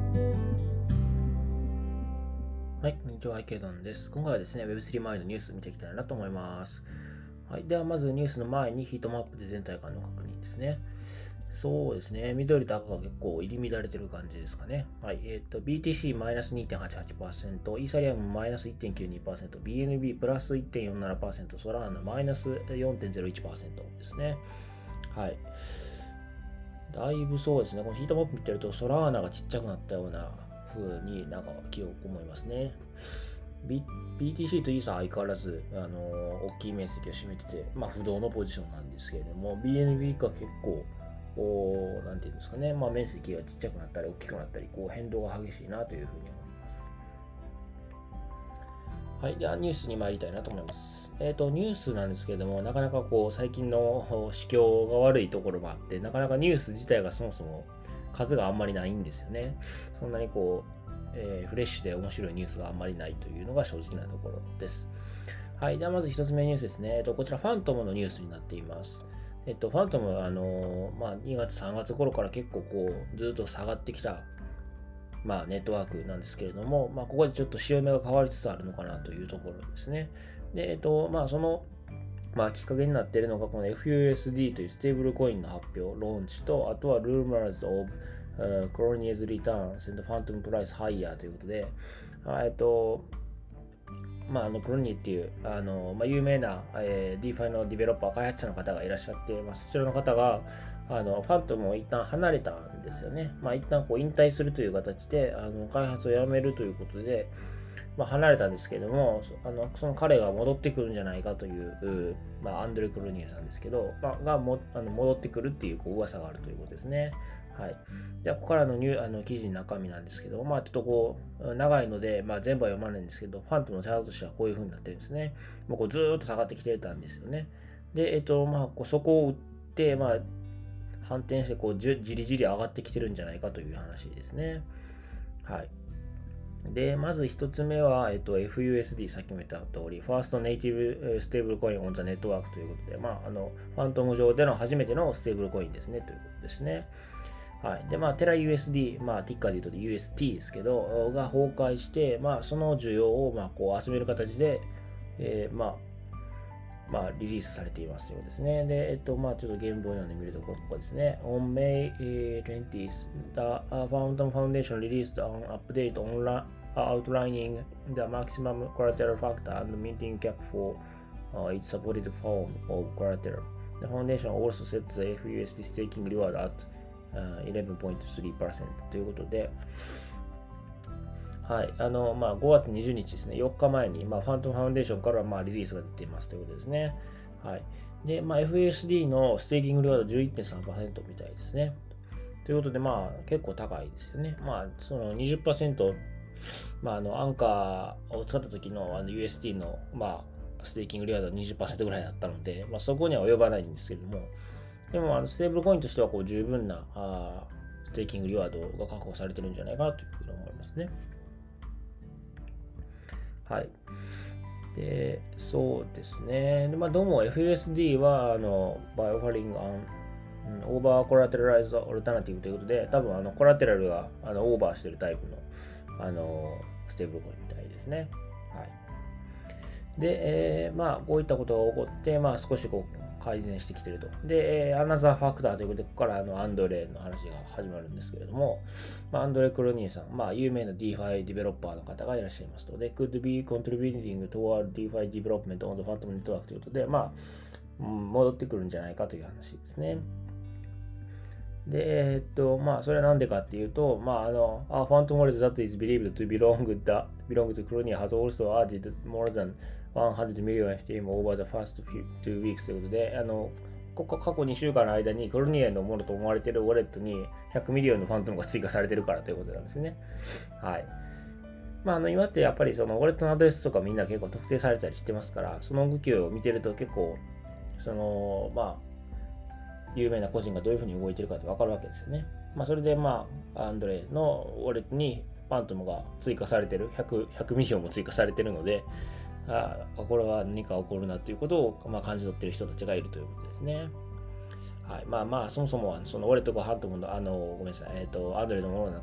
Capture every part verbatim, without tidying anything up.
はい、こんにちは、アイケードンです。今回はですね、ウェブスリー 周りのニュース見ていきたいなと思います。はい、ではまずニュースの前にヒートマップで全体感の確認ですね。そうですね、緑と赤が結構入り乱れてる感じですかね。はい、えっ、ー、と、ビーティーシー マイナス にてんはちはちパーセント、イーサリアムマイナス いってんきゅうにパーセント、ビーエヌビー プラス いってんよんななパーセント、ソラーナマイナス よんてんゼロいちパーセント ですね。はい。だいぶそうですね、このヒートマップ見てると、ソラーナがちっちゃくなったような風になんか気を思いますね。B、ビーティーシー とイーサは相変わらず、あのー、大きい面積を占めてて、まあ、不動のポジションなんですけれども、ビーエヌビー が結構、おなんていうんですかね、まあ、面積がちっちゃくなったり、大きくなったり、こう変動が激しいなというふうに思います。はい、ではニュースに参りたいなと思います。えっ、ー、と、ニュースなんですけれども、なかなかこう、最近の市況が悪いところもあって、なかなかニュース自体がそもそも数があんまりないんですよね。そんなにこう、えー、フレッシュで面白いニュースがあんまりないというのが正直なところです。はい。ではまず一つ目ニュースですね。えっと、こちらファントムのニュースになっています。えっと、ファントムは、あのー、まあ、にがつ、さんがつ頃から結構こう、ずっと下がってきた、まあ、ネットワークなんですけれども、まあ、ここでちょっと潮目が変わりつつあるのかなというところですね。で、えっと、まあ、その、まあ、きっかけになっているのが、この エフユーエスディー というステーブルコインの発表、ローンチと、あとは Rumors of Colonia's Returns and Phantom Price Higher ということで、えっと、まあ、あのクロニーっていうあの、まあ、有名な、えー、DeFi のディベロッパー、開発者の方がいらっしゃって、まあ、そちらの方があのファントムを一旦離れたんですよね。まあ、一旦こう引退するという形であの開発をやめるということで、まあ、離れたんですけれども、あのその彼が戻ってくるんじゃないかという、まあ、アンドレ・クロニーさんですけど、まあ、がもあの戻ってくるっていうこう噂があるということですね。はい。では、ここからのニュあの記事の中身なんですけど、まあ、ちょっとこう、長いので、まあ、全部は読まないんですけど、ファントムのチャートとしてはこういう風になってるんですね。もうこうずーっと下がってきてたんですよね。で、えっと、まあ、こうそこを打って、まあ、反転して、こう、じりじり上がってきてるんじゃないかという話ですね。はい。で、まず一つ目は、えっと、エフユーエスディー、さっきも言った通り、First Native Stable Coin on the Network ということで、まあ、あの、ファントム上での初めてのステーブルコインですね、ということですね。はい。で、まあ、テラ ユーエスディー、まあ、ティッカーで言うと ユーエスティー ですけど、が崩壊して、まあ、その需要を、まあ、こう集める形で、えー、まあ、まあ、リリースされていますということですね。で、えっと、まあ、ちょっと原文を読んでみると、ここですね。On May twentieth, the Fountain Foundation released an update on outlining the maximum collateral factor and minting cap for uh, its supported form of collateral. The foundation also set the エフユーエスディー staking reward atじゅういちてんさんパーセント ということで、はい、あの、まあ、ごがつにじゅうにちですね、よっかまえに、まあ、ファントムファウンデーションからまあリリースが出ていますということですね。はい。で、まあ、エフユーエスディー のステーキングリワード じゅういってんさんパーセント みたいですね。ということで、まあ、結構高いですよね。まあ、その にじゅっパーセント、まあ、あの、アンカーを使った時のあの ユーエスディー の、まあ、ステーキングリワードは にじゅっパーセント ぐらいだったので、まあ、そこには及ばないんですけれども、でも、あのステーブルコインとしてはこう十分なあステーキングリワードが確保されてるんじゃないかなというふうに思いますね。はい。で、そうですね。で、まあ、どうも エフユーエスディー は、あの、by offering an over collateralized alternative ということで、多分、あの、コラテラルがあのオーバーしてるタイプの、あの、ステーブルコインみたいですね。はい。で、えー、まあ、こういったことが起こって、まあ、少しこう、改善してきていると。で、アナザーファクターということで、ここからあのアンドレの話が始まるんですけれども、まあ、アンドレ・クロニーさん、まあ、有名な DeFi ディベロッパーの方がいらっしゃいますと。で、could be contributing toward DeFi development on the Phantom Network ということで、まあ、戻ってくるんじゃないかという話ですね。で、えー、っと、まあ、それはなんでかっていうと、まあ、あの、A Phantom Wallet that is believed to belong, the, belong to Clonia has also added more than one hundred million エフティーエム over the first two weeks ということで、あの、ここ過去にしゅうかんの間にクロニアのものと思われているウォレットにひゃくミリオンのファントムが追加されてるからということなんですね。はい。まあ、あの今ってやっぱりそのウォレットのアドレスとかみんな結構特定されたりしてますから、その動きを見てると結構、その、まあ、有名な個人がどういうふうに動いてるかって分かるわけですよね。まあ、それで、まあ、アンドレのウォレットにファントムが追加されてる、ひゃく、ひゃくミリオンも追加されてるので、あこれは何か起こるなということを、まあ、感じ取っている人たちがいるということですね。はい。まあまあ、そもそもは、そのウォレットがファントムの、あの、ごめんなさい、えっと、アンドレのものなんか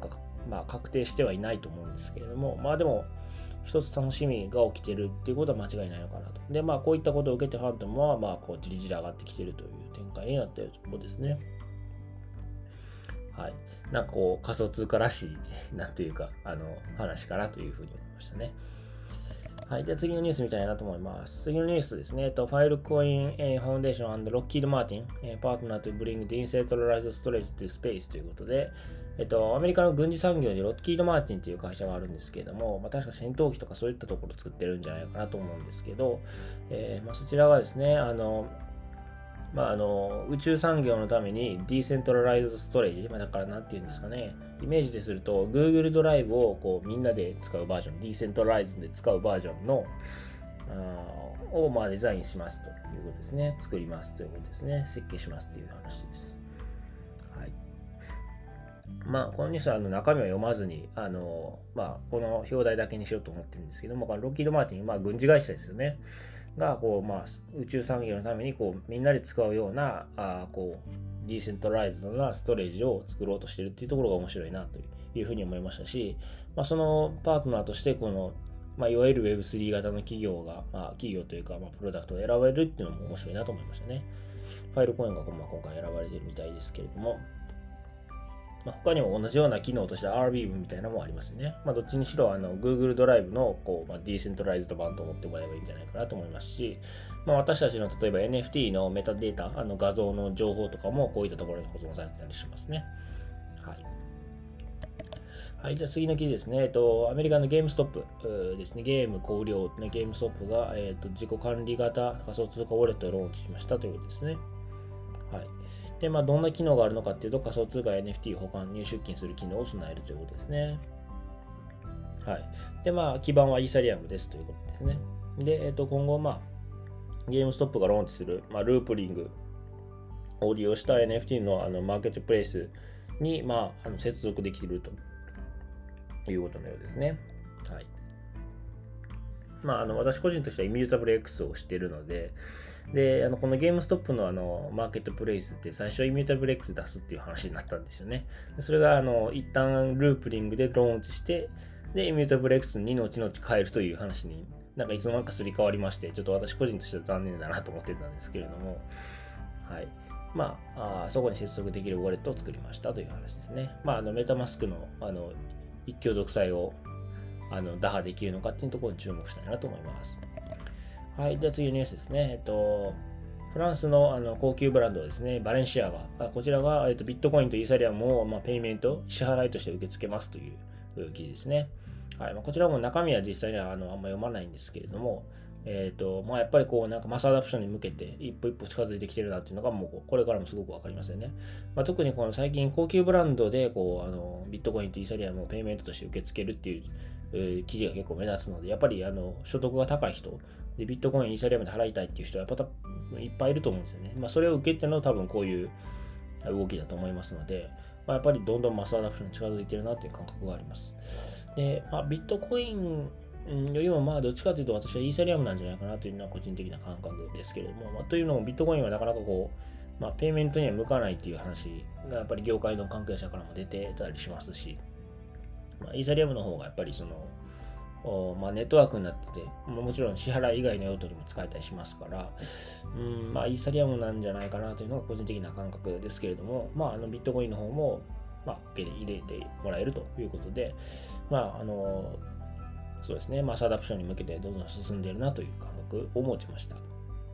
まあ、確定してはいないと思うんですけれども、まあでも、一つ楽しみが起きてるっていうことは間違いないのかなと。で、まあ、こういったことを受けてファントムは、まあ、こう、じりじり上がってきてるという展開になっているところですね。はい。なんかこう、仮想通貨らしい、なんていうか、あの、話かなというふうに思いましたね。はい。では次のニュースみたいなと思います。次のニュースですね。と、ファイルコイン、えー、ファウンデーション and ロッキード・マーティン、えー、パートナーと bring decentralized storage to space ということで、えっと、アメリカの軍事産業にロッキード・マーティンという会社があるんですけれども、まあ、確か戦闘機とかそういったところを作ってるんじゃないかなと思うんですけど、えーまあ、そちらがですね、あの、まあ、あの宇宙産業のためにディーセントラライズドストレージ、まあ、だからなんていうんですかね、イメージですると Google ドライブをこうみんなで使うバージョン、ディーセントライズで使うバージョンのあをまあデザインしますということですね。作りますということですね。設計しますという話です。はい。まあ、このニュースはあの中身は読まずに、あのまあ、この表題だけにしようと思ってるんですけども、ロッキード・マーティン、まあ、軍事会社ですよね。がこう、まあ、宇宙産業のためにこうみんなで使うようなあこうディーセントライズドなストレージを作ろうとしてるっていうところが面白いなというふうに思いましたし、まあ、そのパートナーとしてこの、まあ、いわゆる ウェブスリー 型の企業が、まあ、企業というか、まあ、プロダクトを選ばれるっていうのも面白いなと思いましたね。ファイルコインが、まあ、今回選ばれてるみたいですけれども、まあ、他にも同じような機能として アールビー みたいなのもありますね。まあ、どっちにしろあの Google ドライブのこう、まあ、ディーセントライズド版と思ってもらえばいいんじゃないかなと思いますし、まあ、私たちの例えば エヌエフティー のメタデータ、あの画像の情報とかもこういったところで保存されてたりしますね。はい。はい、では次の記事ですね。えっと、アメリカのゲームストップですね。ゲーム小売業、ね、ゲームストップが、えっと、自己管理型仮想通貨ウォレットをローンチしましたということですね。はい。で、まあ、どんな機能があるのかっていうと、仮想通貨や エヌエフティー 保管、入出金する機能を備えるということですね。はい。で、まあ、基盤はイーサリアムですということですね。で、えっと、今後、まあ、ゲームストップがローンチする、まあ、ループリングを利用した エヌエフティー の、あのマーケットプレイスに、まあ、あの接続できているということのようですね。はい。まあ、あの私個人としてはイミュータブル X をしているので、で、あのこのゲームストップのあのマーケットプレイスって最初イミュータブル X 出すっていう話になったんですよね。それがあの一旦ループリングでローンチして、で、イミュータブル X に後々変えるという話になんかいつの間にかすり替わりまして、ちょっと私個人としては残念だなと思ってたんですけれども、はい。まあ、あそこに接続できるウォレットを作りましたという話ですね。まあ、あのメタマスクのあの一挙独裁をあの打破できるのかっていうところに注目したいなと思います。はい。では次のニュースですね。えっと、フランスのあの高級ブランドですね、バレンシアガ。こちらが、えっと、ビットコインとイーサリアムを、まあ、ペイメント、支払いとして受け付けますという記事ですね。はい。まあ、こちらも中身は実際にはあのあんま読まないんですけれども、えっと、まあ、やっぱりこう、なんかマスアダプションに向けて一歩一歩近づいてきてるなっていうのが、もうこれからもすごくわかりますよね。まあ、特にこの最近高級ブランドで、こう、あの、ビットコインとイーサリアムをペイメントとして受け付けるっていう、えー、記事が結構目立つので、やっぱりあの所得が高い人で、ビットコイン、イーサリアムで払いたいっていう人はやっぱいっぱいいると思うんですよね。まあ、それを受けての多分こういう動きだと思いますので、まあ、やっぱりどんどんマスアダプションに近づいてるなという感覚があります。で、まあ、ビットコインよりもまあどっちかというと私はイーサリアムなんじゃないかなというのは個人的な感覚ですけれども、まあ、というのもビットコインはなかなかこう、まあ、ペイメントには向かないっていう話がやっぱり業界の関係者からも出てたりしますし、まあ、イーサリアムの方がやっぱりその、まあ、ネットワークになってて、もちろん支払い以外の用途にも使えたりしますから、うんまあ、イーサリアムなんじゃないかなというのが個人的な感覚ですけれども、まあ、あのビットコインの方も、まあ、受け入れてもらえるということで、まあ、あのそうですね、マスアダプションに向けてどんどん進んでいるなという感覚を持ちました。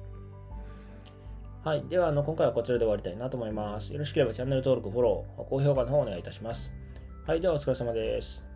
はい。では、あの今回はこちらで終わりたいなと思います。よろしければチャンネル登録、フォロー、高評価の方をお願いいたします。はい。では、お疲れ様です。